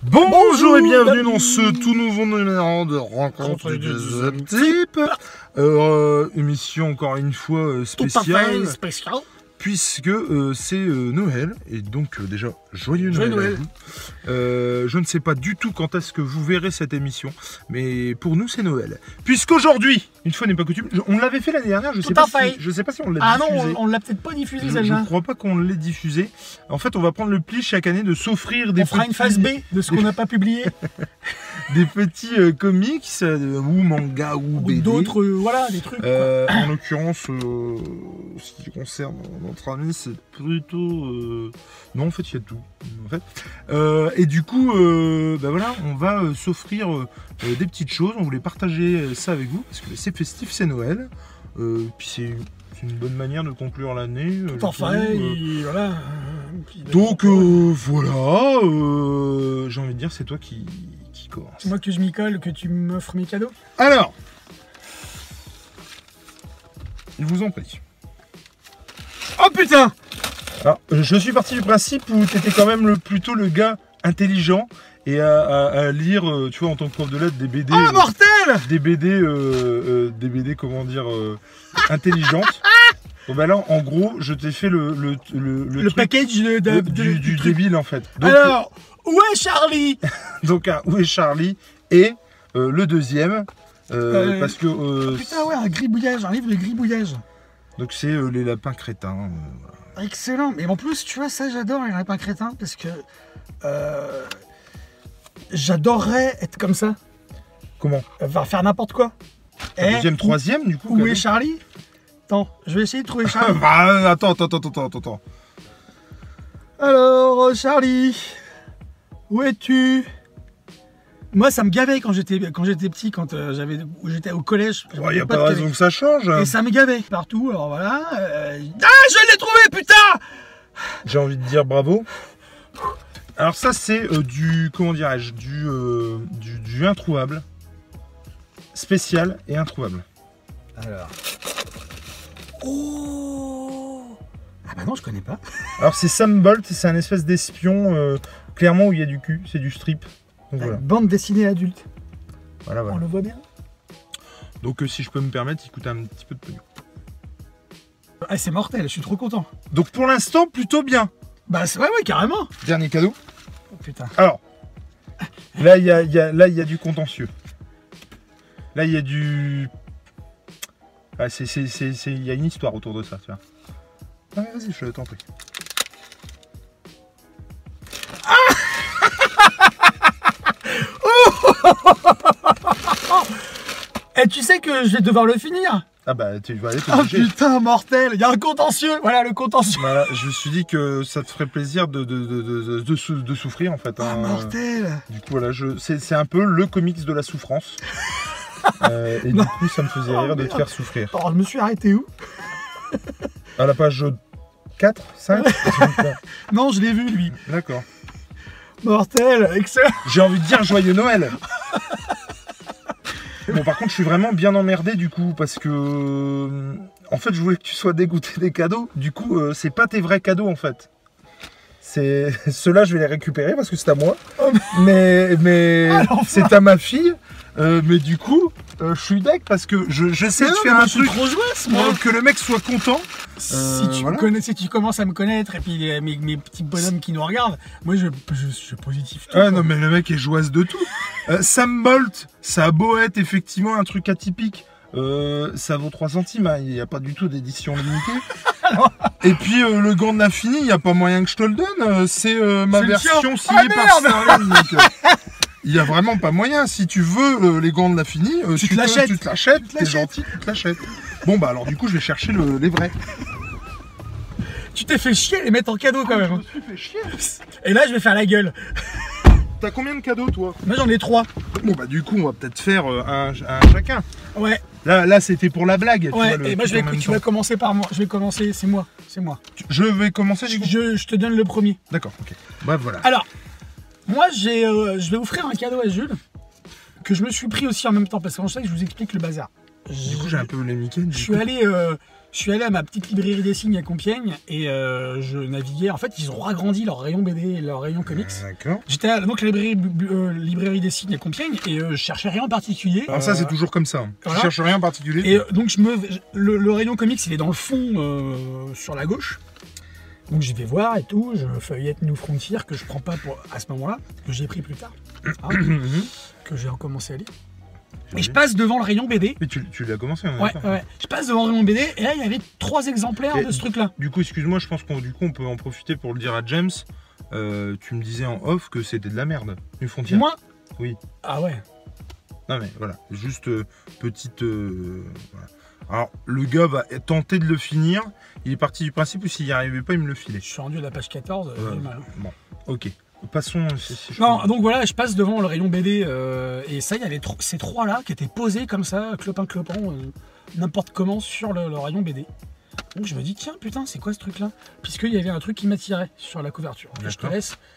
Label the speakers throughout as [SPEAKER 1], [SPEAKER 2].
[SPEAKER 1] Bonjour et bienvenue dans ce tout nouveau numéro de Rencontre du deuxième type. Émission encore une fois spéciale. Puisque c'est Noël, et donc déjà, joyeux Noël. Je ne sais pas du tout quand est-ce que vous verrez cette émission, mais pour nous c'est Noël. Puisqu'aujourd'hui, une fois n'est pas coutume, on l'avait fait l'année dernière, je ne sais pas si on l'a diffusé.
[SPEAKER 2] Ah non, on l'a peut-être pas diffusé celle-là.
[SPEAKER 1] Je ne crois pas qu'on l'ait diffusé. En fait, on va prendre le pli chaque année de s'offrir des
[SPEAKER 2] On fera une phase B de ce qu'on n'a pas publié.
[SPEAKER 1] Des petits comics, ou mangas, ou BD.
[SPEAKER 2] D'autres, voilà, des trucs.
[SPEAKER 1] En l'occurrence, ce qui concerne notre ami, c'est plutôt... Non, en fait, il y a tout. En fait. Et du coup, voilà, on va s'offrir des petites choses. On voulait partager ça avec vous, parce que c'est festif, c'est Noël. Puis c'est une bonne manière de conclure l'année.
[SPEAKER 2] Voilà.
[SPEAKER 1] Donc, voilà. J'ai envie de dire, c'est toi qui commence.
[SPEAKER 2] C'est moi que je m'y colle, que tu m'offres mes cadeaux.
[SPEAKER 1] Alors, je vous en prie.
[SPEAKER 2] Oh putain!
[SPEAKER 1] Alors, je suis parti du principe où tu étais quand même plutôt le gars intelligent et à lire, tu vois, en tant que prof de lettres, des BD.
[SPEAKER 2] Oh mortel!
[SPEAKER 1] Des BD, comment dire, intelligentes. Bon, bah là, en gros, je t'ai fait le truc
[SPEAKER 2] package
[SPEAKER 1] du débile, en fait. Donc,
[SPEAKER 2] alors, où est Charlie?
[SPEAKER 1] Donc, où est Charlie? Et le deuxième, parce que...
[SPEAKER 2] putain, ouais, un gribouillage, un livre de gribouillage.
[SPEAKER 1] Donc, c'est les lapins crétins.
[SPEAKER 2] Voilà. Excellent. Mais en plus, tu vois, ça, j'adore les lapins crétins, parce que j'adorerais être comme ça.
[SPEAKER 1] Comment?
[SPEAKER 2] Faire n'importe quoi.
[SPEAKER 1] Deuxième, troisième, du coup.
[SPEAKER 2] Où est Charlie? Attends, je vais essayer de trouver Charlie.
[SPEAKER 1] Attends.
[SPEAKER 2] Alors, Charlie, où es-tu? Moi, ça me gavait quand j'étais petit, quand j'étais au collège.
[SPEAKER 1] Il n'y a pas de raison que ça change.
[SPEAKER 2] Et ça me gavait partout, alors voilà. Ah, je l'ai trouvé, putain!
[SPEAKER 1] J'ai envie de dire bravo. Alors ça, c'est du, comment dirais-je, du introuvable. Spécial et introuvable.
[SPEAKER 2] Alors... Oh! Ah bah non, je connais pas.
[SPEAKER 1] Alors c'est Sam Bolt, c'est un espèce d'espion, clairement où il y a du cul, c'est du strip. Donc, voilà.
[SPEAKER 2] Bande dessinée adulte.
[SPEAKER 1] Voilà.
[SPEAKER 2] On le voit bien.
[SPEAKER 1] Donc si je peux me permettre, il coûte un petit peu de pognon.
[SPEAKER 2] Ah, c'est mortel, je suis trop content.
[SPEAKER 1] Donc pour l'instant, plutôt bien.
[SPEAKER 2] Bah ouais, carrément.
[SPEAKER 1] Dernier cadeau.
[SPEAKER 2] Oh putain.
[SPEAKER 1] Alors, là il y a du contentieux. Là il y a du... Ah, il y a une histoire autour de ça, tu vois. Ah mais vas-y, je t'en prie.
[SPEAKER 2] Et tu sais que je vais devoir le finir.
[SPEAKER 1] Ah bah tu vas aller te
[SPEAKER 2] Oh putain, mortel. Il y a un contentieux. Voilà le contentieux.
[SPEAKER 1] Voilà, je me suis dit que ça te ferait plaisir de souffrir en fait.
[SPEAKER 2] Ah, mortel.
[SPEAKER 1] Du coup voilà, c'est un peu le comics de la souffrance. Et du coup ça me faisait rire de te faire souffrir.
[SPEAKER 2] Alors je me suis arrêté où?
[SPEAKER 1] À la page 4, 5.
[SPEAKER 2] Non, je l'ai vu lui.
[SPEAKER 1] D'accord.
[SPEAKER 2] Mortel, excellent.
[SPEAKER 1] J'ai envie de dire joyeux Noël. Bon par contre je suis vraiment bien emmerdé du coup parce que en fait je voulais que tu sois dégoûté des cadeaux. Du coup c'est pas tes vrais cadeaux en fait. Ceux-là je vais les récupérer parce que c'est à moi. Mais c'est à ma fille. Mais du coup je suis deg parce que j'essaie de faire un truc
[SPEAKER 2] trop jouasse,
[SPEAKER 1] que le mec soit content.
[SPEAKER 2] Si tu commences à me connaître et puis mes petits bonhommes qui nous regardent, moi je suis positif.
[SPEAKER 1] Ah non mais le mec est jouasse de tout. Sam Bolt, ça a beau être effectivement un truc atypique, ça vaut 3 centimes, hein, il n'y a pas du tout d'édition limitée. Et puis le gant de l'infini, il n'y a pas moyen que je te le donne, c'est ma version signée par Starling. Il n'y a vraiment pas moyen. Si tu veux les gants de l'infini, tu te l'achètes, t'es gentil, tu te l'achètes. Bon bah alors du coup je vais chercher les vrais.
[SPEAKER 2] Tu t'es fait chier les mettre en cadeau quand même.
[SPEAKER 1] Je me suis fait chier.
[SPEAKER 2] Et là je vais faire la gueule.
[SPEAKER 1] T'as combien de cadeaux toi?
[SPEAKER 2] Moi j'en ai 3.
[SPEAKER 1] Bon bah du coup on va peut-être faire un chacun.
[SPEAKER 2] Ouais.
[SPEAKER 1] Là c'était pour la blague.
[SPEAKER 2] Ouais, tu vois, et moi tu vas commencer par moi. Je vais commencer, c'est moi.
[SPEAKER 1] Je vais commencer
[SPEAKER 2] je te donne le premier.
[SPEAKER 1] D'accord, ok. Bah voilà.
[SPEAKER 2] Alors, moi je vais offrir un cadeau à Jules que je me suis pris aussi en même temps parce qu'en fait je vous explique le bazar.
[SPEAKER 1] Du coup, j'ai un peu polémiqué.
[SPEAKER 2] Je suis allé à ma petite librairie des signes à Compiègne et je naviguais. En fait, ils ont agrandi leur rayon BD et leur rayon comics.
[SPEAKER 1] D'accord.
[SPEAKER 2] J'étais à donc, la librairie des signes à Compiègne et je cherchais rien en particulier.
[SPEAKER 1] Alors ça, c'est toujours comme ça.
[SPEAKER 2] Voilà.
[SPEAKER 1] Je cherche rien en particulier.
[SPEAKER 2] Et donc, le rayon comics, il est dans le fond sur la gauche. Donc, je vais voir et tout. Je feuillette New Frontier que je prends pas à ce moment-là, que j'ai pris plus tard, hein, que j'ai recommencé à lire. Et je passe devant le rayon BD.
[SPEAKER 1] Mais tu l'as commencé, on est
[SPEAKER 2] Ouais,
[SPEAKER 1] d'accord.
[SPEAKER 2] ouais. Je passe devant le rayon BD et là, il y avait 3 exemplaires
[SPEAKER 1] Et
[SPEAKER 2] de ce truc-là.
[SPEAKER 1] Du coup, excuse-moi, je pense qu'on on peut en profiter pour le dire à James. Tu me disais en off que c'était de la merde, une frontière.
[SPEAKER 2] Moi?
[SPEAKER 1] Oui.
[SPEAKER 2] Ah ouais.
[SPEAKER 1] Non mais voilà, juste petite... voilà. Alors, le gars va tenter de le finir. Il est parti du principe où s'il n'y arrivait pas, il me le filait.
[SPEAKER 2] Je suis rendu à la page 14. j'ai du mal.
[SPEAKER 1] Bon, ok. Passons...
[SPEAKER 2] Non, donc voilà, je passe devant le rayon BD et ça, il y avait ces 3 là qui étaient posés comme ça, clopin, n'importe comment sur le rayon BD. Donc je me dis, tiens, putain, c'est quoi ce truc là? Puisqu'il y avait un truc qui m'attirait sur la couverture. Et je te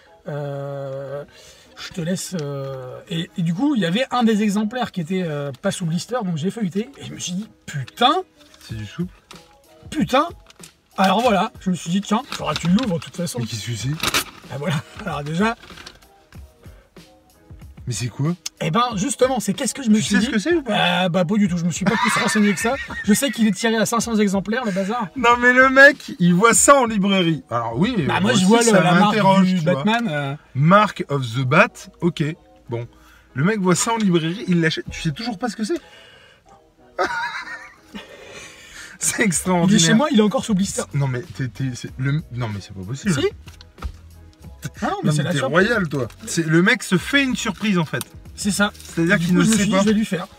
[SPEAKER 2] laisse. Et du coup, il y avait un des exemplaires qui était pas sous blister, donc j'ai feuilleté et je me suis dit, putain,
[SPEAKER 1] C'est du souple.
[SPEAKER 2] putain. Alors voilà, je me suis dit, tiens, faudra que tu l'ouvres de toute façon.
[SPEAKER 1] Mais qu'est-ce que c'est?
[SPEAKER 2] Ah voilà, alors déjà,
[SPEAKER 1] Mais c'est quoi?
[SPEAKER 2] eh ben justement, c'est qu'est-ce que je me
[SPEAKER 1] Tu
[SPEAKER 2] suis
[SPEAKER 1] sais
[SPEAKER 2] dit.
[SPEAKER 1] ce que c'est ou pas?
[SPEAKER 2] Bah pas du tout, je me suis pas plus renseigné que ça. Je sais qu'il est tiré à 500 exemplaires, le bazar.
[SPEAKER 1] Non mais le mec, il voit ça en librairie. Alors oui,
[SPEAKER 2] Bah moi
[SPEAKER 1] aussi,
[SPEAKER 2] je vois
[SPEAKER 1] ça
[SPEAKER 2] la marque
[SPEAKER 1] m'interroge,
[SPEAKER 2] du
[SPEAKER 1] tu vois.
[SPEAKER 2] Batman.
[SPEAKER 1] Mark of the Bat, ok. Bon. Le mec voit ça en librairie, il l'achète. Tu sais toujours pas ce que c'est? C'est
[SPEAKER 2] Il
[SPEAKER 1] extraordinaire.
[SPEAKER 2] est chez moi, il est encore sous blister.
[SPEAKER 1] Non mais non mais c'est pas possible.
[SPEAKER 2] Si. Ah non, mais
[SPEAKER 1] Non,
[SPEAKER 2] c'est
[SPEAKER 1] mais
[SPEAKER 2] la
[SPEAKER 1] t'es
[SPEAKER 2] surprise.
[SPEAKER 1] royal toi. Le mec se fait une surprise en fait.
[SPEAKER 2] C'est ça.
[SPEAKER 1] C'est-à-dire
[SPEAKER 2] Du
[SPEAKER 1] qu'il
[SPEAKER 2] coup,
[SPEAKER 1] ne
[SPEAKER 2] je me
[SPEAKER 1] sait
[SPEAKER 2] suis dit,
[SPEAKER 1] pas.
[SPEAKER 2] je vais lui faire.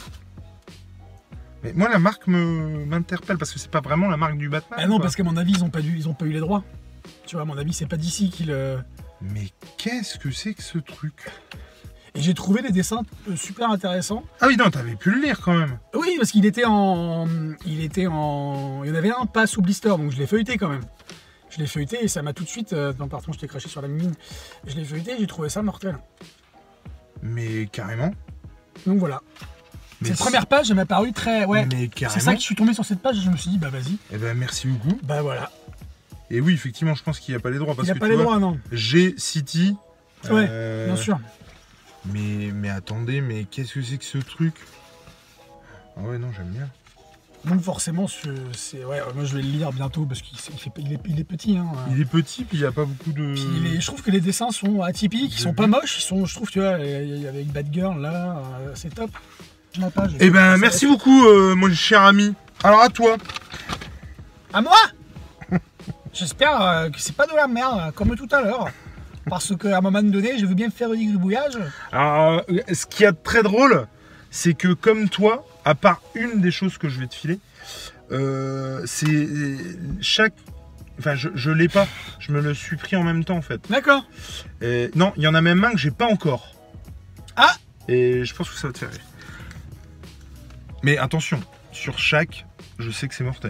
[SPEAKER 1] Mais moi la marque m'interpelle parce que c'est pas vraiment la marque du Batman.
[SPEAKER 2] Ah non,
[SPEAKER 1] quoi.
[SPEAKER 2] parce qu'à mon avis, ils ont pas eu les droits. Tu vois, à mon avis, c'est pas d'ici qu'ils.
[SPEAKER 1] Mais qu'est-ce que c'est que ce truc?
[SPEAKER 2] Et j'ai trouvé les dessins super intéressants.
[SPEAKER 1] Ah oui non, t'avais pu le lire quand même.
[SPEAKER 2] Oui, parce qu'il était en. Il y en avait un pas sous blister, donc je l'ai feuilleté quand même. Je l'ai feuilleté et ça m'a tout de suite. Non, pardon, je t'ai craché sur la mine. Je l'ai feuilleté et j'ai trouvé ça mortel.
[SPEAKER 1] Mais carrément.
[SPEAKER 2] Donc voilà.
[SPEAKER 1] Mais
[SPEAKER 2] Cette première page, elle m'a paru très. Ouais.
[SPEAKER 1] Mais
[SPEAKER 2] C'est
[SPEAKER 1] carrément.
[SPEAKER 2] ça que je suis tombé sur cette page et je me suis dit, bah vas-y.
[SPEAKER 1] Eh ben merci beaucoup.
[SPEAKER 2] Bah voilà.
[SPEAKER 1] Et oui, effectivement, je pense qu'il n'y a pas les droits parce
[SPEAKER 2] Il a
[SPEAKER 1] que
[SPEAKER 2] pas
[SPEAKER 1] tu
[SPEAKER 2] les
[SPEAKER 1] vois,
[SPEAKER 2] droits, non.
[SPEAKER 1] G-City.
[SPEAKER 2] Ouais, bien sûr.
[SPEAKER 1] Mais attendez, mais qu'est-ce que c'est que ce truc? Ah ouais, non, j'aime bien.
[SPEAKER 2] Donc forcément, ouais, moi je vais le lire bientôt parce qu'il est petit. Hein.
[SPEAKER 1] Il est petit, puis il n'y a pas beaucoup de...
[SPEAKER 2] Puis je trouve que les dessins sont atypiques, ils sont pas moches, je trouve, tu vois, avec Batgirl là, c'est top. La page.
[SPEAKER 1] Eh ben, merci beaucoup, mon cher ami. Alors, à toi.
[SPEAKER 2] À moi. J'espère que c'est pas de la merde, comme tout à l'heure. Parce qu'à un moment donné, je veux bien faire du gribouillage.
[SPEAKER 1] Alors, ce qu'il y a de très drôle, c'est que comme toi, à part une des choses que je vais te filer, c'est chaque... Enfin, je l'ai pas. Je me le suis pris en même temps, en fait.
[SPEAKER 2] D'accord.
[SPEAKER 1] Non, il y en a même un que j'ai pas encore.
[SPEAKER 2] Ah.
[SPEAKER 1] Et je pense que ça va te faire rire. Mais attention, sur chaque, je sais que c'est mortel.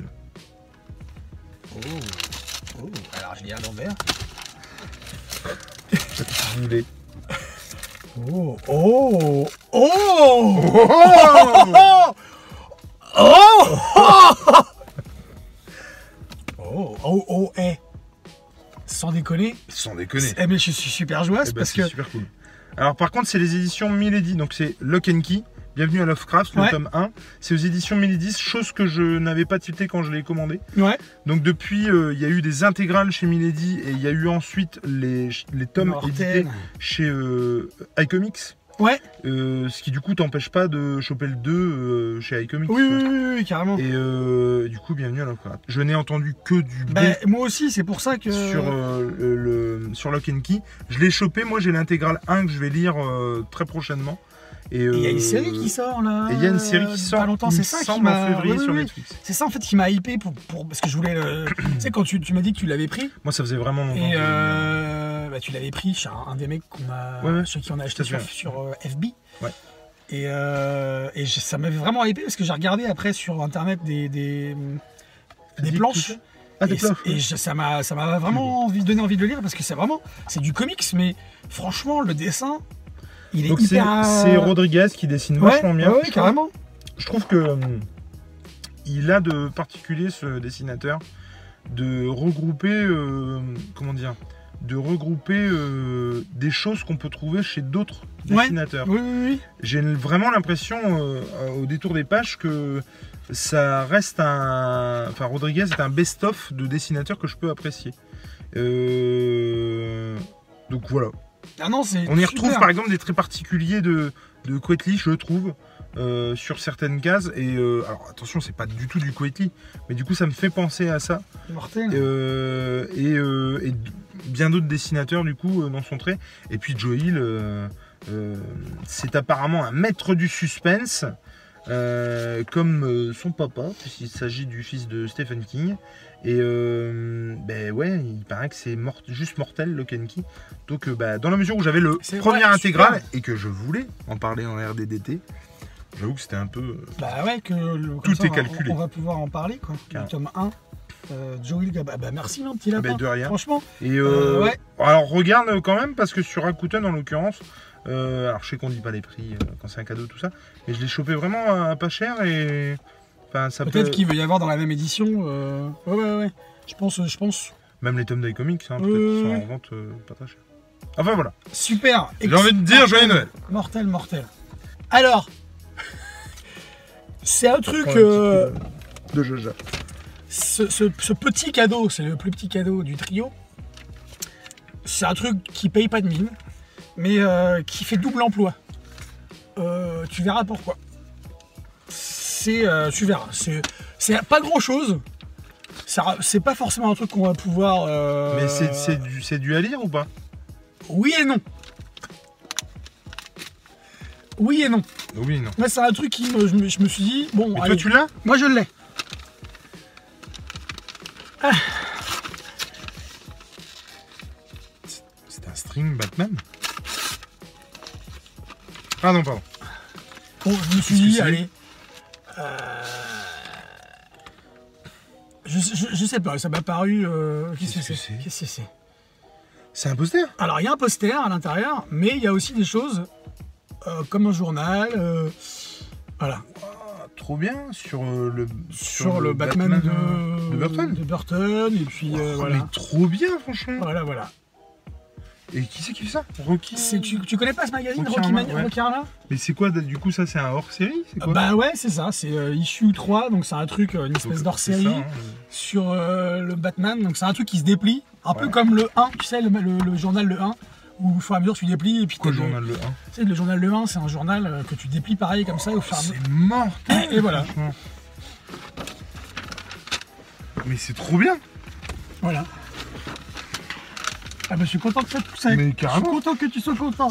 [SPEAKER 2] Oh, alors je lis à l'envers. Oh, oh, oh, sans déconner.
[SPEAKER 1] Sans déconner.
[SPEAKER 2] Eh mais je suis super jouasse parce
[SPEAKER 1] c'est
[SPEAKER 2] que
[SPEAKER 1] super cool. Alors par contre, c'est les éditions Milady, donc c'est Lock and Key. Bienvenue à Lovecraft, le tome 1. C'est aux éditions Milady, chose que je n'avais pas tilté quand je l'ai commandé.
[SPEAKER 2] ouais.
[SPEAKER 1] Donc depuis, il y a eu des intégrales chez Milady et il y a eu ensuite les tomes édités chez iComics.
[SPEAKER 2] Ouais.
[SPEAKER 1] Ce qui du coup t'empêche pas de choper le 2 chez iComics.
[SPEAKER 2] Oui, carrément.
[SPEAKER 1] Et du coup, bienvenue à Lovecraft. Je n'ai entendu que du
[SPEAKER 2] Bah, moi aussi, c'est pour ça que...
[SPEAKER 1] sur Lock and Key. Je l'ai chopé, moi j'ai l'intégrale 1 que je vais lire très prochainement. Et
[SPEAKER 2] il y a une série qui sort là.
[SPEAKER 1] Et il y a une série qui sort
[SPEAKER 2] pas longtemps, c'est ça qui
[SPEAKER 1] en
[SPEAKER 2] m'a
[SPEAKER 1] février sur Netflix.
[SPEAKER 2] C'est ça en fait qui m'a hypé pour parce que je voulais tu sais quand tu m'as dit que tu l'avais pris
[SPEAKER 1] Moi ça faisait vraiment longtemps.
[SPEAKER 2] et bah, tu l'avais pris chez un des mecs qu'on a chez qui on a acheté sur FB. Ouais. Et ça m'avait vraiment hypé parce que j'ai regardé après sur internet des planches. Ça m'a vraiment donné envie de le lire parce que c'est du comics mais franchement le dessin il est
[SPEAKER 1] donc
[SPEAKER 2] hyper...
[SPEAKER 1] c'est Rodriguez qui dessine vachement bien.
[SPEAKER 2] Ouais, carrément.
[SPEAKER 1] Je trouve que il a de particulier, ce dessinateur, de regrouper, comment dire, de regrouper des choses qu'on peut trouver chez d'autres dessinateurs.
[SPEAKER 2] Oui.
[SPEAKER 1] J'ai vraiment l'impression, au détour des pages, que ça reste un... Enfin, Rodriguez est un best-of de dessinateurs que je peux apprécier. Donc voilà.
[SPEAKER 2] Ah non,
[SPEAKER 1] on y retrouve par exemple des traits particuliers de Quetely, je trouve, sur certaines cases. Et alors attention, c'est pas du tout du Quetely, mais du coup ça me fait penser à ça.
[SPEAKER 2] Mortel.
[SPEAKER 1] Et bien d'autres dessinateurs du coup dans son trait. Et puis Joe Hill, c'est apparemment un maître du suspense. Comme son papa, puisqu'il s'agit du fils de Stephen King. Et ben ouais, il paraît que c'est juste mortel, Lock and Key. Donc dans la mesure où j'avais le premier intégral et que je voulais en parler en RDDT, j'avoue que c'était un peu...
[SPEAKER 2] Bah ouais, que
[SPEAKER 1] tout est calculé.
[SPEAKER 2] On va pouvoir en parler, quoi. Le tome 1. Joe Hill, merci mon petit lapin,
[SPEAKER 1] de rien.
[SPEAKER 2] Franchement.
[SPEAKER 1] Et ouais. Alors regarde quand même, parce que sur Rakuten en l'occurrence, alors je sais qu'on dit pas les prix quand c'est un cadeau, tout ça, mais je l'ai chopé vraiment à pas cher et... Enfin,
[SPEAKER 2] peut-être qu'il veut y avoir dans la même édition. Ouais. Je pense.
[SPEAKER 1] Même les tomes d'iComics, hein, peut-être qu'ils sont en vente pas très cher. Enfin voilà.
[SPEAKER 2] Super.
[SPEAKER 1] J'ai envie de dire joyeux Noël.
[SPEAKER 2] Mortel. Alors, c'est un truc...
[SPEAKER 1] de Jojo.
[SPEAKER 2] Ce petit cadeau, c'est le plus petit cadeau du trio. C'est un truc qui paye pas de mine, mais qui fait double emploi. Tu verras pourquoi. Tu verras. C'est pas grand chose. C'est pas forcément un truc qu'on va pouvoir.
[SPEAKER 1] Mais c'est du à lire ou pas?
[SPEAKER 2] Oui et non. Oui et non.
[SPEAKER 1] Oui et non.
[SPEAKER 2] Moi, c'est un truc qui je me suis dit bon.
[SPEAKER 1] Mais
[SPEAKER 2] allez,
[SPEAKER 1] toi tu l'as?
[SPEAKER 2] Moi je l'ai. Ah.
[SPEAKER 1] C'est un string Batman? Ah non, pardon.
[SPEAKER 2] Bon, je me suis dit, allez. Je sais pas, ça m'a paru. Qu'est-ce que c'est?
[SPEAKER 1] C'est un poster?
[SPEAKER 2] Alors, il y a un poster à l'intérieur, mais il y a aussi des choses comme un journal. Voilà.
[SPEAKER 1] Trop bien sur
[SPEAKER 2] le Batman de Burton. Et puis voilà.
[SPEAKER 1] Mais trop bien, franchement.
[SPEAKER 2] Voilà.
[SPEAKER 1] Et qui c'est qui fait ça? Rocky.
[SPEAKER 2] Tu connais pas ce magazine, Rocky Harlan?
[SPEAKER 1] Mais c'est quoi, du coup, ça c'est un hors-série?
[SPEAKER 2] Bah ouais, c'est ça, c'est issue 3, donc c'est un truc, une espèce d'hors-série sur le Batman, donc c'est un truc qui se déplie, un peu comme le 1, tu sais, le journal Le 1, où au fur et à mesure tu déplies et puis...
[SPEAKER 1] Quoi, le journal Le 1?
[SPEAKER 2] Tu sais, le journal Le 1, c'est un journal que tu déplies pareil comme ça au fur et à mesure.
[SPEAKER 1] C'est mortel.
[SPEAKER 2] Et voilà.
[SPEAKER 1] Mais c'est trop bien.
[SPEAKER 2] Voilà. Ah bah je suis content que ça te pousse.
[SPEAKER 1] Mais carrément.
[SPEAKER 2] Je suis content que tu sois content.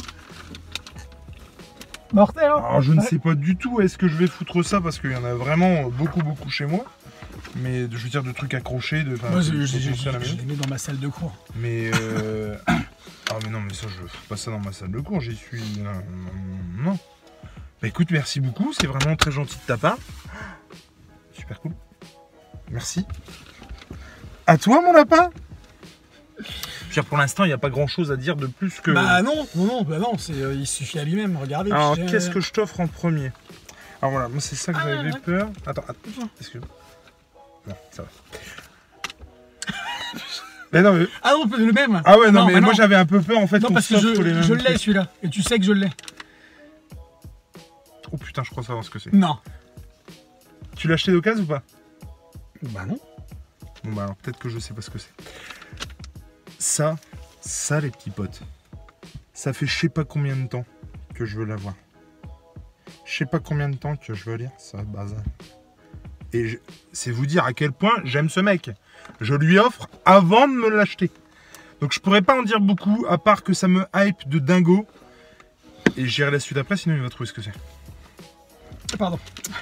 [SPEAKER 2] Mortel, hein.
[SPEAKER 1] Alors je ne sais pas du tout est-ce que je vais foutre ça parce qu'il y en a vraiment beaucoup chez moi. Mais je veux dire de trucs accrochés,
[SPEAKER 2] moi je les mets dans ma salle de cours.
[SPEAKER 1] Mais ah mais non mais ça je fais pas ça dans ma salle de cours, j'y suis. Non. Bah écoute, merci beaucoup, c'est vraiment très gentil de ta part. Super cool. Merci. À toi mon lapin. Pour l'instant, il n'y a pas grand chose à dire de plus que.
[SPEAKER 2] Bah non, il suffit à lui-même, regardez.
[SPEAKER 1] Alors, qu'est-ce que je t'offre en premier? Alors voilà, moi c'est ça que j'avais peur. Attends, excuse-moi. Non, ça va. Mais non, mais...
[SPEAKER 2] Ah non, le même.
[SPEAKER 1] Ah ouais, non, mais moi j'avais un peu peur en fait.
[SPEAKER 2] Non, parce que je l'ai celui-là, et tu sais que je l'ai.
[SPEAKER 1] Oh putain, je crois savoir ce que c'est.
[SPEAKER 2] Non.
[SPEAKER 1] Tu l'as acheté d'occasion ou pas?
[SPEAKER 2] Bah non.
[SPEAKER 1] Bon bah alors peut-être que je sais pas ce que c'est. Ça les petits potes, ça fait je sais pas combien de temps que je veux l'avoir. Je sais pas combien de temps que je veux lire ça, bazar. Et c'est vous dire à quel point j'aime ce mec. Je lui offre avant de me l'acheter. Donc je pourrais pas en dire beaucoup, à part que ça me hype de dingo. Et j'irai la suite après, sinon il va trouver ce que c'est.
[SPEAKER 2] Pardon.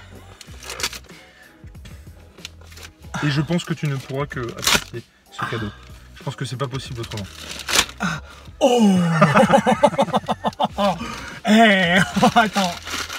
[SPEAKER 1] Et je pense que tu ne pourras que apprécier ce cadeau. Je pense que c'est pas possible autrement.
[SPEAKER 2] Ah. Oh. Attends.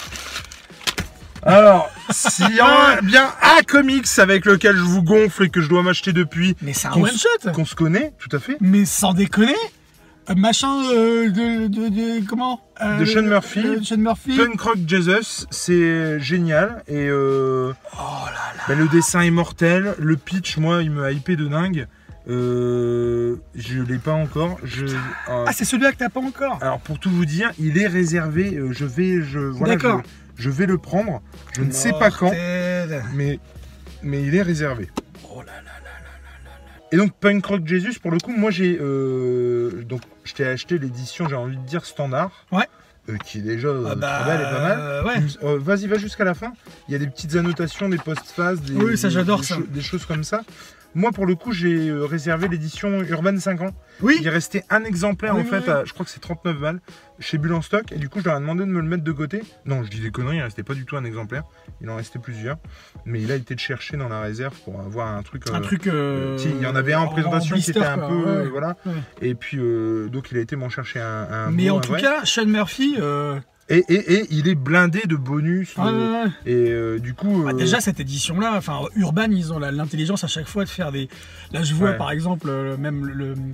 [SPEAKER 1] Alors, s'il y a bien un comics avec lequel je vous gonfle et que je dois m'acheter depuis...
[SPEAKER 2] Mais c'est un one-shot.
[SPEAKER 1] Qu'on se connaît, tout à fait.
[SPEAKER 2] Mais sans déconner, Machin comment
[SPEAKER 1] de Sean Murphy.
[SPEAKER 2] Sean Murphy.
[SPEAKER 1] Punk Rock Jesus, c'est génial. Et
[SPEAKER 2] oh là là.
[SPEAKER 1] Bah, le dessin est mortel. Le pitch, moi, il me hypé de dingue. Je l'ai pas encore.
[SPEAKER 2] Ah, c'est celui-là que t'as pas encore.
[SPEAKER 1] Alors pour tout vous dire, il est réservé.
[SPEAKER 2] D'accord.
[SPEAKER 1] Je vais le prendre. Je ne sais pas quand, mais il est réservé.
[SPEAKER 2] Oh là là là là.
[SPEAKER 1] Et donc Punk Rock Jesus, pour le coup, moi j'ai donc je t'ai acheté l'édition, j'ai envie de dire standard.
[SPEAKER 2] Ouais.
[SPEAKER 1] Qui est déjà très belle et pas mal.
[SPEAKER 2] Ouais.
[SPEAKER 1] Vas-y, va jusqu'à la fin. Il y a des petites annotations, des post-phases,
[SPEAKER 2] oui, ça j'adore ça.
[SPEAKER 1] Des choses comme ça. Moi, pour le coup, j'ai réservé l'édition Urban 5 ans.
[SPEAKER 2] Oui.
[SPEAKER 1] Il restait un exemplaire, en fait, je crois que c'est 39 balles, chez Bulle en stock. Et du coup, je leur ai demandé de me le mettre de côté. Non, je dis des conneries, il restait pas du tout un exemplaire. Il en restait plusieurs. Mais il a été cherché dans la réserve pour avoir un truc... il y en avait un en présentation qui était un peu... voilà. Ouais. Et puis, donc, il a été m'en chercher un
[SPEAKER 2] mais en tout cas, Sean Murphy...
[SPEAKER 1] Et il est blindé de bonus. Et du coup.
[SPEAKER 2] Déjà, cette édition-là, enfin, Urban, ils ont l'intelligence à chaque fois de faire des. Là, je vois par exemple, même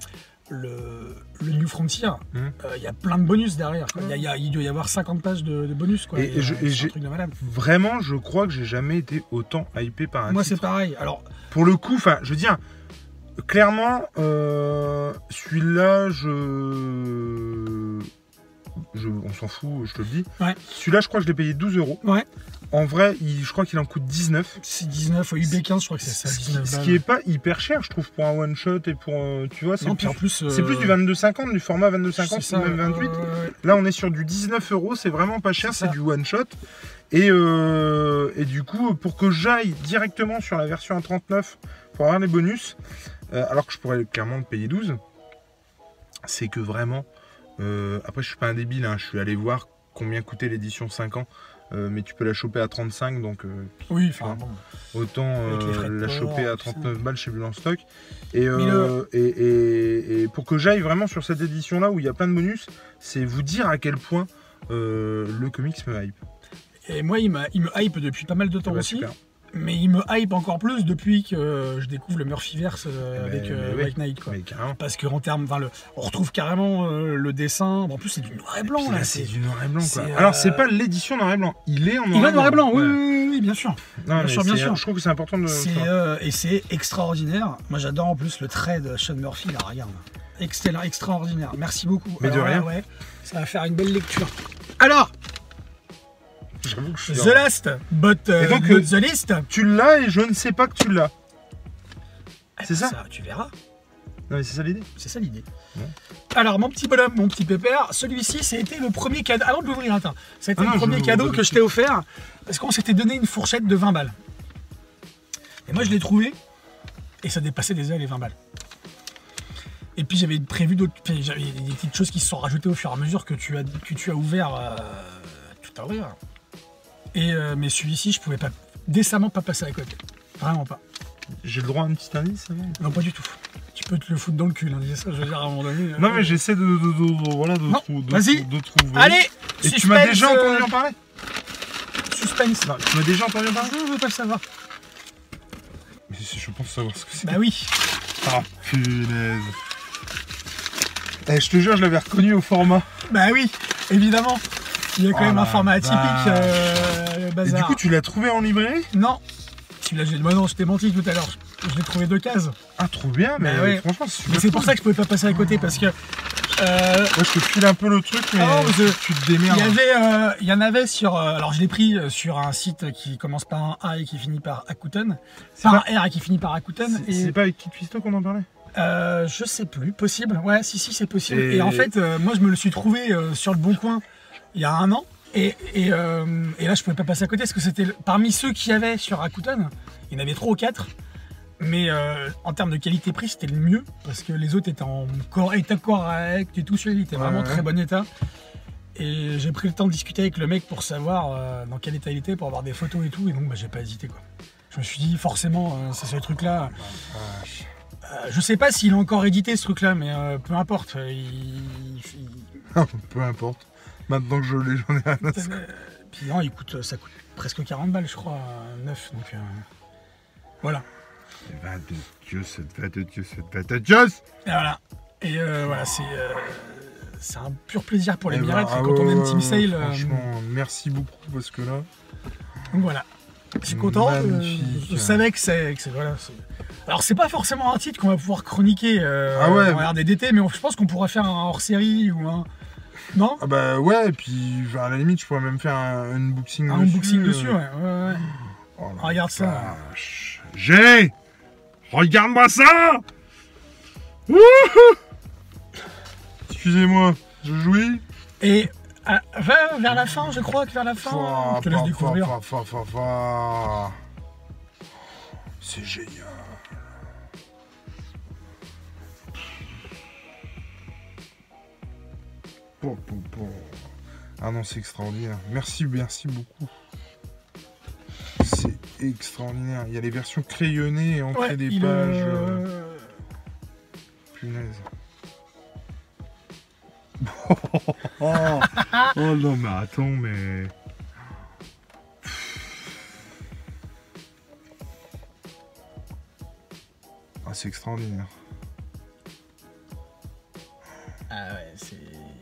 [SPEAKER 2] le New Frontier, il y a plein de bonus derrière. Il doit y avoir 50 pages de bonus. Quoi.
[SPEAKER 1] Et j'ai un truc de malade. Vraiment, je crois que j'ai jamais été autant hypé par un
[SPEAKER 2] Moi,
[SPEAKER 1] titre.
[SPEAKER 2] c'est pareil. Alors,
[SPEAKER 1] pour le coup, enfin, je veux dire. Clairement, celui-là, on s'en fout, je te le dis.
[SPEAKER 2] Ouais.
[SPEAKER 1] Celui-là, je crois que je l'ai payé 12 €.
[SPEAKER 2] Ouais.
[SPEAKER 1] En vrai, je crois qu'il en coûte 19.
[SPEAKER 2] C'est 19, UB15, je crois que c'est ça, 19
[SPEAKER 1] Ce qui est pas hyper cher, je trouve, pour un one-shot et pour... tu vois, c'est
[SPEAKER 2] plus,
[SPEAKER 1] c'est plus du 22,50, du format 22,50 ou même 28. Là, on est sur du 19 €, c'est vraiment pas cher, c'est du one-shot. Et du coup, pour que j'aille directement sur la version à 39 pour avoir les bonus, alors que je pourrais clairement le payer 12, c'est que vraiment... après, je suis pas un débile, hein, je suis allé voir combien coûtait l'édition 5 ans, mais tu peux la choper à 35, donc
[SPEAKER 2] oui, enfin bon.
[SPEAKER 1] Autant la choper à 39 balles chez Bulle en stock. Et pour que j'aille vraiment sur cette édition-là où il y a plein de bonus, c'est vous dire à quel point le comics me hype.
[SPEAKER 2] Et moi, il me hype depuis pas mal de temps aussi. Super. Mais il me hype encore plus depuis que je découvre le Murphyverse avec White Knight. Quoi. Parce qu'en termes, on retrouve carrément le dessin. En plus, c'est du noir et blanc. Là,
[SPEAKER 1] c'est du noir et blanc. Quoi. Alors, c'est pas l'édition noir et blanc. Il est en
[SPEAKER 2] noir et blanc. Oui, bien sûr.
[SPEAKER 1] Non, bien sûr. Je trouve que c'est important de.
[SPEAKER 2] Et c'est extraordinaire. Moi, j'adore en plus le trait de Sean Murphy. Là, regarde. Extraordinaire. Merci beaucoup.
[SPEAKER 1] Mais de rien.
[SPEAKER 2] Ouais, ça va faire une belle lecture. Alors.
[SPEAKER 1] J'avoue que je suis
[SPEAKER 2] The Last, but donc, The List.
[SPEAKER 1] Tu l'as et je ne sais pas que tu l'as. C'est ça,
[SPEAKER 2] tu verras.
[SPEAKER 1] Non mais c'est ça l'idée.
[SPEAKER 2] C'est ça l'idée. Ouais. Alors mon petit bonhomme, mon petit pépère, celui-ci c'était le premier cadeau. Avant de l'ouvrir, attends. C'était le premier cadeau que je t'ai offert parce qu'on s'était donné une fourchette de 20 balles. Et moi je l'ai trouvé et ça dépassait déjà les 20 balles. Et puis j'avais prévu d'autres. J'avais des petites choses qui se sont rajoutées au fur et à mesure que tu as ouvert tout à l'heure. Mais celui-ci, je pouvais pas décemment pas passer à côté. Vraiment pas.
[SPEAKER 1] J'ai le droit à un petit indice avant ?
[SPEAKER 2] Non, pas du tout. Tu peux te le foutre dans le cul, hein, ça, je veux dire, à un moment donné.
[SPEAKER 1] Non, mais j'essaie de trouver.
[SPEAKER 2] Allez,
[SPEAKER 1] et suspense, tu m'as déjà entendu en parler ?
[SPEAKER 2] Suspense.
[SPEAKER 1] Non, tu m'as déjà entendu en parler ?
[SPEAKER 2] Je veux pas le savoir.
[SPEAKER 1] Mais je pense savoir ce que c'est.
[SPEAKER 2] Bah oui.
[SPEAKER 1] Ah, punaise. Je te jure, je l'avais reconnu au format.
[SPEAKER 2] Bah oui, évidemment. Il y a quand même un format atypique, bazar.
[SPEAKER 1] Et du coup, tu l'as trouvé en librairie ?
[SPEAKER 2] Non. Non, je t'ai menti tout à l'heure. Je l'ai trouvé de cases.
[SPEAKER 1] Ah, trop bien, mais ouais. Franchement, c'est super.
[SPEAKER 2] C'est pour ça que je pouvais pas passer à côté, parce que...
[SPEAKER 1] Moi, je te file un peu le truc, mais tu te démerdes.
[SPEAKER 2] Il y en avait sur... alors, je l'ai pris sur un site qui commence par un A et qui finit par Akuten. Un R et qui finit par Akuten.
[SPEAKER 1] C'est pas avec Kit Fisto qu'on en parlait ?
[SPEAKER 2] Je sais plus. Possible. Ouais, si, c'est possible. Et en fait, moi, je me le suis trouvé sur le Bon Coin il y a un an. Et là, je pouvais pas passer à côté parce que c'était parmi ceux qu'il y avait sur Rakuten, il y en avait 3 ou 4. Mais en termes de qualité-prix, c'était le mieux parce que les autres étaient en état correct et tout, celui-là était vraiment très bon état. Et j'ai pris le temps de discuter avec le mec pour savoir dans quel état il était, pour avoir des photos et tout. Et donc, j'ai pas hésité, quoi. Je me suis dit, forcément, c'est ce truc-là. Je sais pas s'il est encore édité ce truc-là, mais peu importe.
[SPEAKER 1] Peu importe. Maintenant que je l'ai, j'en ai rien à faire.
[SPEAKER 2] Puis non, ça coûte presque 40 balles, je crois, neuf. Donc voilà.
[SPEAKER 1] Va de Dieu, cette va de Dieu. Et
[SPEAKER 2] voilà. Et voilà, c'est un pur plaisir pour les mirettes. Quand on aime Team Sale.
[SPEAKER 1] Franchement, merci beaucoup parce que là.
[SPEAKER 2] Donc voilà. Je suis content. Je savais que c'est. Voilà, alors, c'est pas forcément un titre qu'on va pouvoir chroniquer en RDDT, mais je pense qu'on pourrait faire un hors-série ou un. Non?
[SPEAKER 1] Ah bah ouais, et puis à la limite, je pourrais même faire un unboxing dessus.
[SPEAKER 2] Un unboxing dessus, ouais. Oh, regarde ça.
[SPEAKER 1] J'ai. Regarde-moi ça. Wouhou. Excusez-moi, je jouis.
[SPEAKER 2] Et vers la fin, je crois que vers la fin, je te laisse découvrir.
[SPEAKER 1] C'est génial. Ah non, c'est extraordinaire. Merci beaucoup. C'est extraordinaire. Il y a les versions crayonnées et ancrées des pages. Punaise. Oh non, mais attends, mais. Ah, c'est extraordinaire.
[SPEAKER 2] Ah ouais, c'est.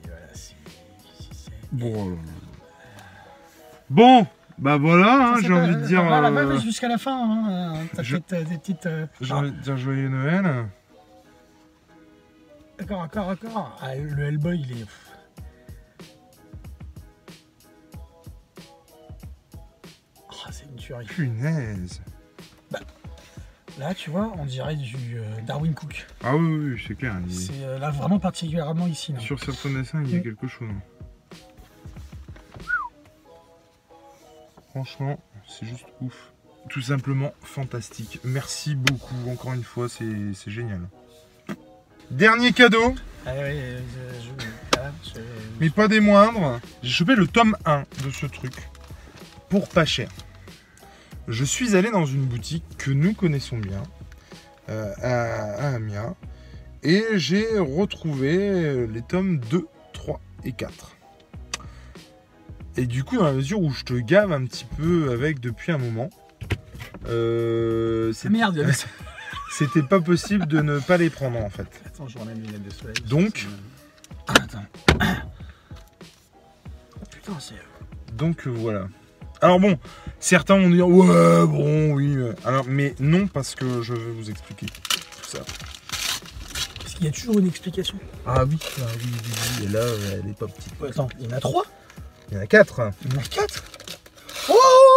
[SPEAKER 1] Bon, bah voilà, hein, j'ai envie de dire.
[SPEAKER 2] Jusqu'à la fin, hein, t'as peut-être des petites.
[SPEAKER 1] J'ai envie de dire joyeux Noël.
[SPEAKER 2] D'accord. Ah, le Hellboy, il est. Oh, c'est une tuerie.
[SPEAKER 1] Punaise.
[SPEAKER 2] Bah, là, tu vois, on dirait du Darwin Cook.
[SPEAKER 1] Ah oui, c'est clair.
[SPEAKER 2] C'est là vraiment particulièrement ici. Là.
[SPEAKER 1] Sur certains dessins, il y a quelque chose. Franchement, c'est juste ouf. Tout simplement fantastique. Merci beaucoup, encore une fois, c'est génial. Dernier cadeau.
[SPEAKER 2] Ah oui,
[SPEAKER 1] mais pas des moindres. J'ai chopé le tome 1 de ce truc pour pas cher. Je suis allé dans une boutique que nous connaissons bien à Amiens et j'ai retrouvé les tomes 2, 3 et 4. Et du coup, dans la mesure où je te gave un petit peu avec depuis un moment,
[SPEAKER 2] merde,
[SPEAKER 1] c'était pas possible de ne pas les prendre en fait.
[SPEAKER 2] Attends, je remets mes lunettes de soleil.
[SPEAKER 1] Donc.
[SPEAKER 2] Attends. Oh putain, c'est.
[SPEAKER 1] Donc voilà. Alors bon, certains vont dire ouais, bon, oui. Alors, mais non, parce que je vais vous expliquer tout ça.
[SPEAKER 2] Parce qu'il y a toujours une explication.
[SPEAKER 1] Ah oui, et là, elle est pas petite.
[SPEAKER 2] Attends, il y en a 3?
[SPEAKER 1] Il y en a 4.
[SPEAKER 2] Il y en a 4? Oh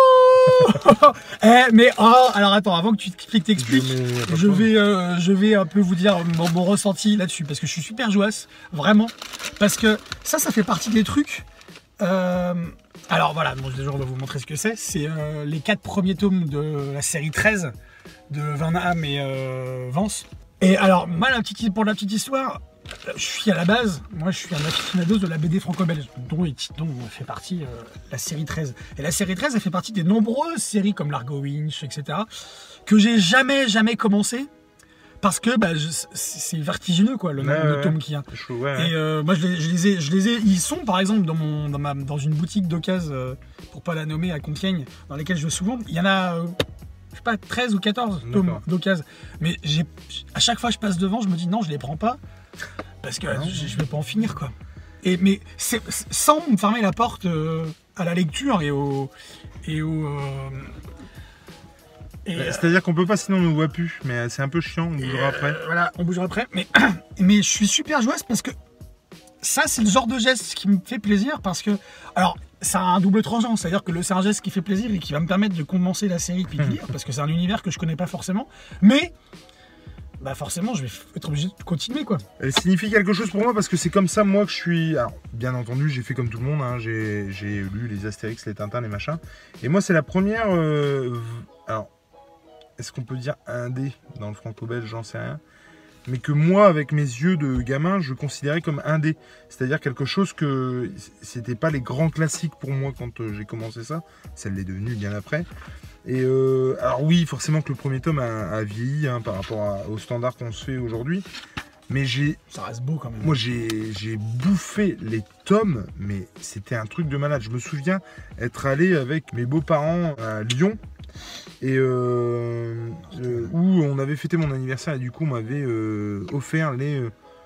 [SPEAKER 2] alors attends, avant que tu t'expliques, je vais un peu vous dire mon ressenti là-dessus, parce que je suis super joasse, vraiment, parce que ça fait partie des trucs. Alors voilà, bon, déjà on va vous montrer ce que c'est. C'est les 4 premiers tomes de la série 13 de Van Hamme et Vance. Et alors, moi, pour la petite histoire, je suis à la base, moi je suis un aficionado de la BD franco-belge, dont fait partie la série 13. Et la série 13, elle fait partie des nombreuses séries comme Largo Winch, etc., que j'ai jamais commencé, parce que c'est vertigineux, quoi, le nombre de tomes qu'il y a. Et moi je les ai, ils sont par exemple dans une boutique d'occasion, pour pas la nommer, à Compiègne, dans lesquelles je vais souvent, il y en a... je sais pas, 13 ou 14 tomes d'occasion. Mais à chaque fois que je passe devant, je me dis non, je les prends pas. Parce que je vais pas en finir, quoi. Mais c'est sans me fermer la porte à la lecture
[SPEAKER 1] c'est-à-dire qu'on peut pas, sinon on ne voit plus. Mais c'est un peu chiant, on bougera après.
[SPEAKER 2] Voilà, on bougera après. Mais je suis super joyeuse parce que ça, c'est le genre de geste qui me fait plaisir. Parce que, alors, ça a un double tranchant. C'est-à-dire que c'est un geste qui fait plaisir et qui va me permettre de commencer la série puis de lire. Parce que c'est un univers que je connais pas forcément. Mais... forcément, je vais être obligé de continuer, quoi.
[SPEAKER 1] Elle signifie quelque chose pour moi parce que c'est comme ça, moi, que je suis... Alors, bien entendu, j'ai fait comme tout le monde, hein. J'ai lu les Astérix, les Tintins, les machins. Et moi, c'est la première... Alors, est-ce qu'on peut dire indé dans le franco-belge? J'en sais rien. Mais que moi, avec mes yeux de gamin, je considérais comme indé. C'est-à-dire quelque chose que... C'était pas les grands classiques pour moi quand j'ai commencé ça. Ça l'est devenu bien après. Et alors oui, forcément que le premier tome a vieilli, hein, par rapport aux standards qu'on se fait aujourd'hui. Mais
[SPEAKER 2] ça reste beau quand même.
[SPEAKER 1] Moi j'ai bouffé les tomes, mais c'était un truc de malade. Je me souviens être allé avec mes beaux-parents à Lyon. Et où on avait fêté mon anniversaire et du coup on m'avait offert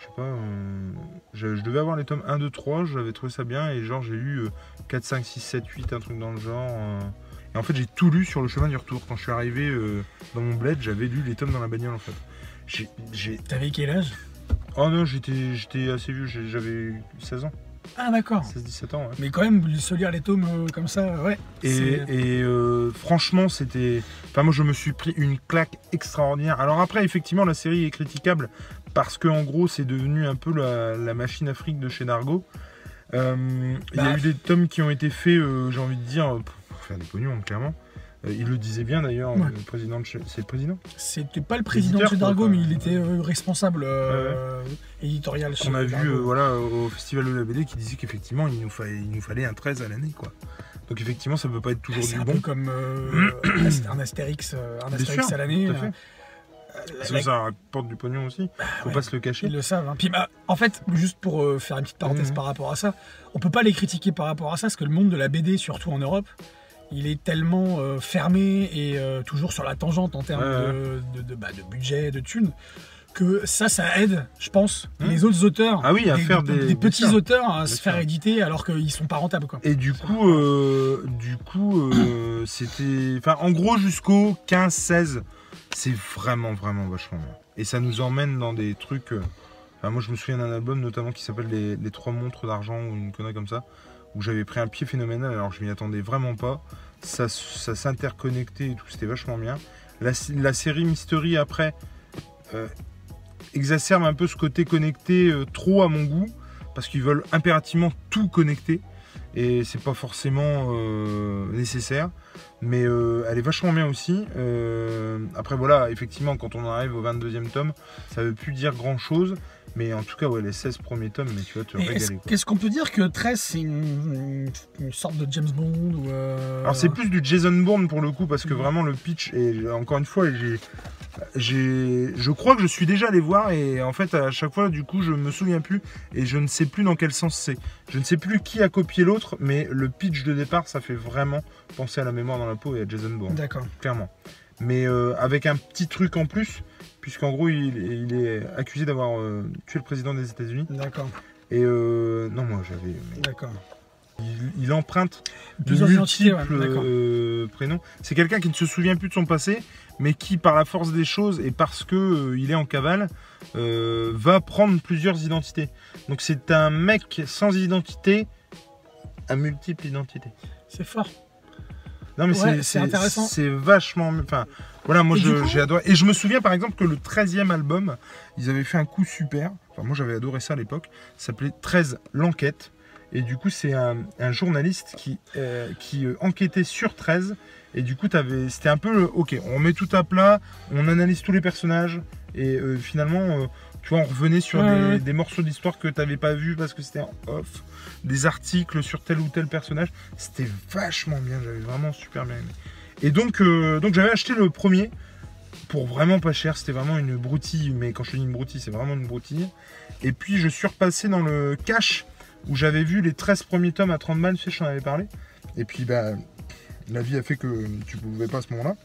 [SPEAKER 1] je sais pas, je devais avoir les tomes 1, 2, 3, j'avais trouvé ça bien, et genre j'ai lu 4, 5, 6, 7, 8, un truc dans le genre. Et en fait j'ai tout lu sur le chemin du retour. Quand je suis arrivé dans mon bled, j'avais lu les tomes dans la bagnole en fait.
[SPEAKER 2] T'avais quel âge?
[SPEAKER 1] Oh non, j'étais assez vieux, j'avais 16 ans.
[SPEAKER 2] Ah d'accord.
[SPEAKER 1] 16-17 ans, ouais.
[SPEAKER 2] Mais quand même, se lire les tomes comme ça, ouais.
[SPEAKER 1] Et franchement, c'était... Enfin, moi, je me suis pris une claque extraordinaire. Alors après, effectivement, la série est critiquable parce qu'en gros, c'est devenu un peu la machine à fric de chez Dargo. Il y a eu des tomes qui ont été faits, j'ai envie de dire, pour faire des pognons, clairement. Il le disait bien d'ailleurs, le président de chez... C'est le président? C'était
[SPEAKER 2] pas le président de chez Dargo, mais il était responsable éditorial.
[SPEAKER 1] On a vu voilà, au festival de la BD qui disait qu'effectivement il nous fallait un 13 à l'année, quoi. Donc effectivement ça peut pas être toujours du bon.
[SPEAKER 2] C'est un peu comme un Astérix à l'année.
[SPEAKER 1] Parce que ça rapporte du pognon aussi, faut pas se le cacher.
[SPEAKER 2] Ils le savent. Hein. Puis en fait, juste pour faire une petite parenthèse par rapport à ça, on peut pas les critiquer par rapport à ça, parce que le monde de la BD, surtout en Europe, il est tellement fermé et toujours sur la tangente en termes de budget, de thunes, que ça aide, je pense, les autres auteurs,
[SPEAKER 1] à faire
[SPEAKER 2] des petits auteurs à se faire éditer alors qu'ils sont pas rentables, quoi.
[SPEAKER 1] Et du coup, c'était... Enfin, en gros, jusqu'au 15-16, c'est vraiment vachement bien. Et ça nous emmène dans des trucs... Enfin, moi, je me souviens d'un album notamment qui s'appelle les 3 montres d'argent ou une connerie comme ça, où j'avais pris un pied phénoménal, alors je m'y attendais vraiment pas. Ça s'interconnectait et tout, c'était vachement bien. La série Mystery après exacerbe un peu ce côté connecté trop à mon goût, parce qu'ils veulent impérativement tout connecter, et c'est pas forcément nécessaire, mais elle est vachement bien aussi. Après voilà, effectivement quand on arrive au 22e tome, ça veut plus dire grand chose. Mais en tout cas, les 16 premiers tomes, mais tu vas te régaler.
[SPEAKER 2] Est-ce qu'on peut dire que 13, c'est une sorte de James Bond ou
[SPEAKER 1] Alors, c'est plus du Jason Bourne pour le coup, parce que vraiment, le pitch, et encore une fois, je crois que je suis déjà allé voir, et en fait, à chaque fois, du coup, je me souviens plus, et je ne sais plus dans quel sens c'est. Je ne sais plus qui a copié l'autre, mais le pitch de départ, ça fait vraiment penser à La Mémoire dans la peau et à Jason Bourne.
[SPEAKER 2] D'accord.
[SPEAKER 1] Clairement. Mais avec un petit truc en plus. Puisqu'en gros, il est accusé d'avoir tué le président des États-Unis.
[SPEAKER 2] D'accord.
[SPEAKER 1] Et non, moi j'avais.
[SPEAKER 2] D'accord.
[SPEAKER 1] Il emprunte de multiples prénoms. C'est quelqu'un qui ne se souvient plus de son passé, mais qui, par la force des choses et parce que il est en cavale, va prendre plusieurs identités. Donc c'est un mec sans identité à multiples identités.
[SPEAKER 2] C'est fort.
[SPEAKER 1] Non mais c'est intéressant. C'est vachement... Enfin, voilà, moi j'ai adoré. Et je me souviens par exemple que le 13e album, ils avaient fait un coup super. Enfin, moi j'avais adoré ça à l'époque. Ça s'appelait 13 l'enquête. Et du coup c'est un journaliste qui enquêtait sur 13. Et du coup c'était un peu, ok, on met tout à plat, on analyse tous les personnages. Et finalement... tu vois, on revenait sur des morceaux d'histoire que tu n'avais pas vu parce que c'était en off, des articles sur tel ou tel personnage. C'était vachement bien, j'avais vraiment super bien aimé. Et donc j'avais acheté le premier pour vraiment pas cher, c'était vraiment une broutille, mais quand je dis une broutille, c'est vraiment une broutille. Et puis je suis repassé dans le cash où j'avais vu les 13 premiers tomes à 30 balles, tu sais, je t'en avais parlé. Et puis la vie a fait que tu pouvais pas à ce moment-là.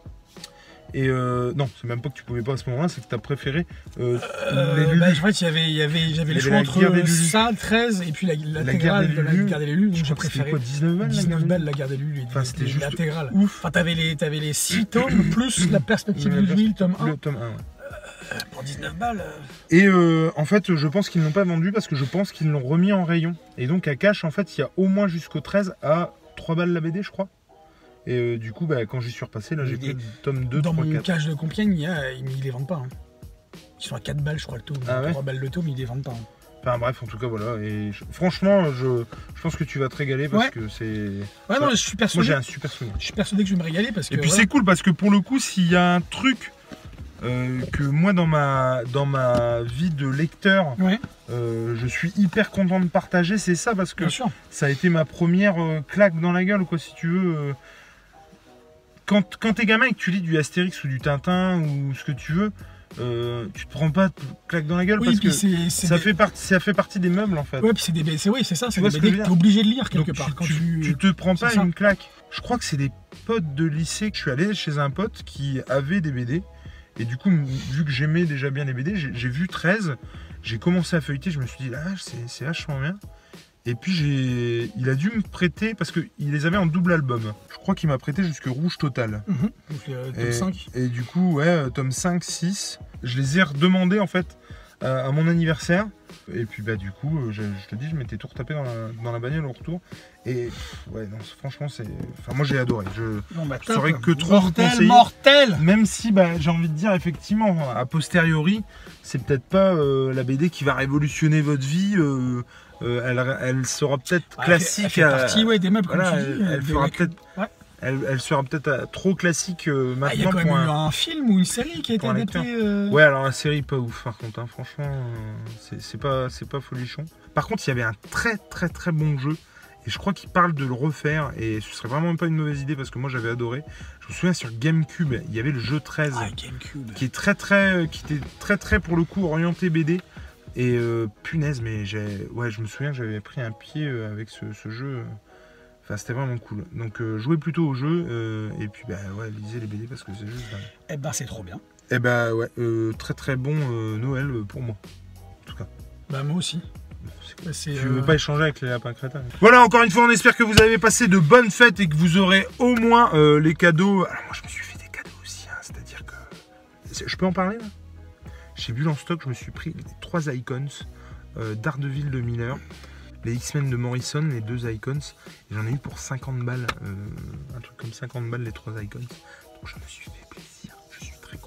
[SPEAKER 1] Et non, c'est même pas que tu pouvais pas à ce moment-là, c'est que tu as préféré les Lulu.
[SPEAKER 2] En fait, j'avais le choix entre ça, 13 et puis l'intégrale de la guerre des Lulu. Donc j'ai préféré
[SPEAKER 1] quoi, 19
[SPEAKER 2] balles la guerre des Lulu.
[SPEAKER 1] Enfin, c'était juste
[SPEAKER 2] l'intégrale.
[SPEAKER 1] Ouf.
[SPEAKER 2] Enfin, t'avais les 6 tomes plus la perspective de Julie, le tome 1.
[SPEAKER 1] Le tome 1, ouais.
[SPEAKER 2] Pour 19 balles.
[SPEAKER 1] Et en fait, je pense qu'ils ne l'ont pas vendu parce que je pense qu'ils l'ont remis en rayon. Et donc à cash, en fait, il y a au moins jusqu'au 13 à 3 balles la BD, je crois. Et du coup, quand j'y suis repassé, là j'ai pris le tome 2, 3, 4. Dans mon
[SPEAKER 2] cache de Compiègne, ils les vendent pas. Hein. Ils sont à 4 balles, je crois, le tome.
[SPEAKER 1] Ah ouais
[SPEAKER 2] 3 balles le tome, ils les vendent pas. Hein.
[SPEAKER 1] Enfin bref, en tout cas, voilà. Et franchement, je pense que tu vas te régaler parce que c'est...
[SPEAKER 2] Ouais, non, je suis persuadé.
[SPEAKER 1] Moi, j'ai un super souvenir.
[SPEAKER 2] Je suis persuadé que je vais me régaler parce que...
[SPEAKER 1] Et puis c'est cool parce que pour le coup, s'il y a un truc que moi, dans ma vie de lecteur, je suis hyper content de partager, c'est ça, parce que ça a été ma première claque dans la gueule, quoi, si tu veux... Quand t'es gamin et que tu lis du Astérix ou du Tintin ou ce que tu veux, tu te prends pas de claque dans la gueule parce que ça fait partie des meubles en fait.
[SPEAKER 2] Ouais, puis c'est des BD, c'est ça, c'est des BD que t'es obligé de lire quelque part.
[SPEAKER 1] Tu te prends pas une claque. Je crois que c'est des potes de lycée que je suis allé chez un pote qui avait des BD. Et du coup, vu que j'aimais déjà bien les BD, j'ai vu 13. J'ai commencé à feuilleter, je me suis dit, là, c'est vachement bien. Et puis il a dû me prêter, parce qu'il les avait en double album. Je crois qu'il m'a prêté jusque Rouge Total.
[SPEAKER 2] Donc tome 5.
[SPEAKER 1] Et du coup, ouais, tome 5, 6. Je les ai redemandés en fait à mon anniversaire. Et puis bah du coup, je te dis, je m'étais tout retapé dans la bagnole au retour. Et ouais, non, franchement, enfin, moi j'ai adoré. Je saurais que trop vous conseiller.
[SPEAKER 2] Mortel.
[SPEAKER 1] Même si bah, j'ai envie de dire, effectivement, a posteriori, c'est peut-être pas la BD qui va révolutionner votre vie. Elle sera peut-être classique.
[SPEAKER 2] Elle fait partie des meubles,
[SPEAKER 1] voilà,
[SPEAKER 2] comme tu dis.
[SPEAKER 1] Elle fera peut-être. Ouais. Elle sera peut-être trop classique maintenant.
[SPEAKER 2] Il y a quand même eu un film ou une série qui a été adaptée.
[SPEAKER 1] Ouais, alors la série pas ouf par contre. Hein. Franchement, c'est pas folichon. Par contre, il y avait un très très très bon jeu. Et je crois qu'il parle de le refaire. Et ce serait vraiment pas une mauvaise idée parce que moi j'avais adoré. Je me souviens sur GameCube, il y avait le jeu 13. Qui était très très pour le coup orienté BD. Et punaise, mais je me souviens que j'avais pris un pied avec ce jeu. Enfin, c'était vraiment cool. Donc, jouez plutôt au jeu. Et puis, bah ouais, lisez les BD parce que c'est juste.
[SPEAKER 2] Eh ben, c'est trop bien.
[SPEAKER 1] Eh ben, ouais, très très bon Noël pour moi. En tout cas.
[SPEAKER 2] Bah, moi aussi.
[SPEAKER 1] Tu veux pas échanger avec les lapins crétins? Voilà, encore une fois, on espère que vous avez passé de bonnes fêtes et que vous aurez au moins les cadeaux. Alors, moi, je me suis fait des cadeaux aussi. Hein, c'est-à-dire que. Je peux en parler là? Chez Bulle en stock, je me suis pris les 3 icons Daredevil de Miller, les X-Men de Morrison, les 2 icons, et j'en ai eu pour 50 balles, un truc comme 50 balles les 3 icons. Donc je me suis fait plaisir, je suis très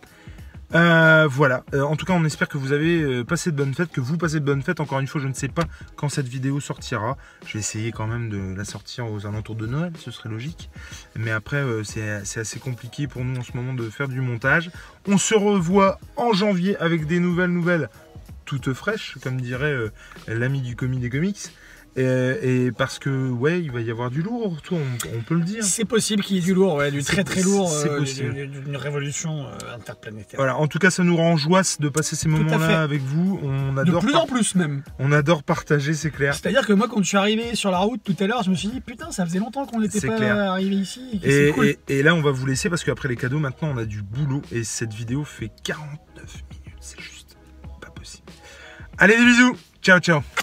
[SPEAKER 1] content. Voilà, en tout cas on espère que vous avez passé de bonnes fêtes, que vous passez de bonnes fêtes. Encore une fois, je ne sais pas quand cette vidéo sortira. Je vais essayer quand même de la sortir aux alentours de Noël, ce serait logique. Mais après, c'est assez compliqué pour nous en ce moment de faire du montage. On se revoit en janvier avec des nouvelles toutes fraîches, comme dirait l'ami du commis des comics. Et parce que, ouais, il va y avoir du lourd, on peut le dire.
[SPEAKER 2] C'est possible qu'il y ait du lourd, ouais, du très très lourd, d'une révolution interplanétaire.
[SPEAKER 1] Voilà, en tout cas, ça nous rend joie de passer ces moments-là avec vous. On adore
[SPEAKER 2] de plus en plus même.
[SPEAKER 1] On adore partager, c'est clair.
[SPEAKER 2] C'est-à-dire que moi, quand je suis arrivé sur la route tout à l'heure, je me suis dit, putain, ça faisait longtemps qu'on n'était pas arrivé ici.
[SPEAKER 1] Et là, on va vous laisser parce qu'après les cadeaux, maintenant, on a du boulot. Et cette vidéo fait 49 minutes, c'est juste pas possible. Allez, des bisous. Ciao, ciao.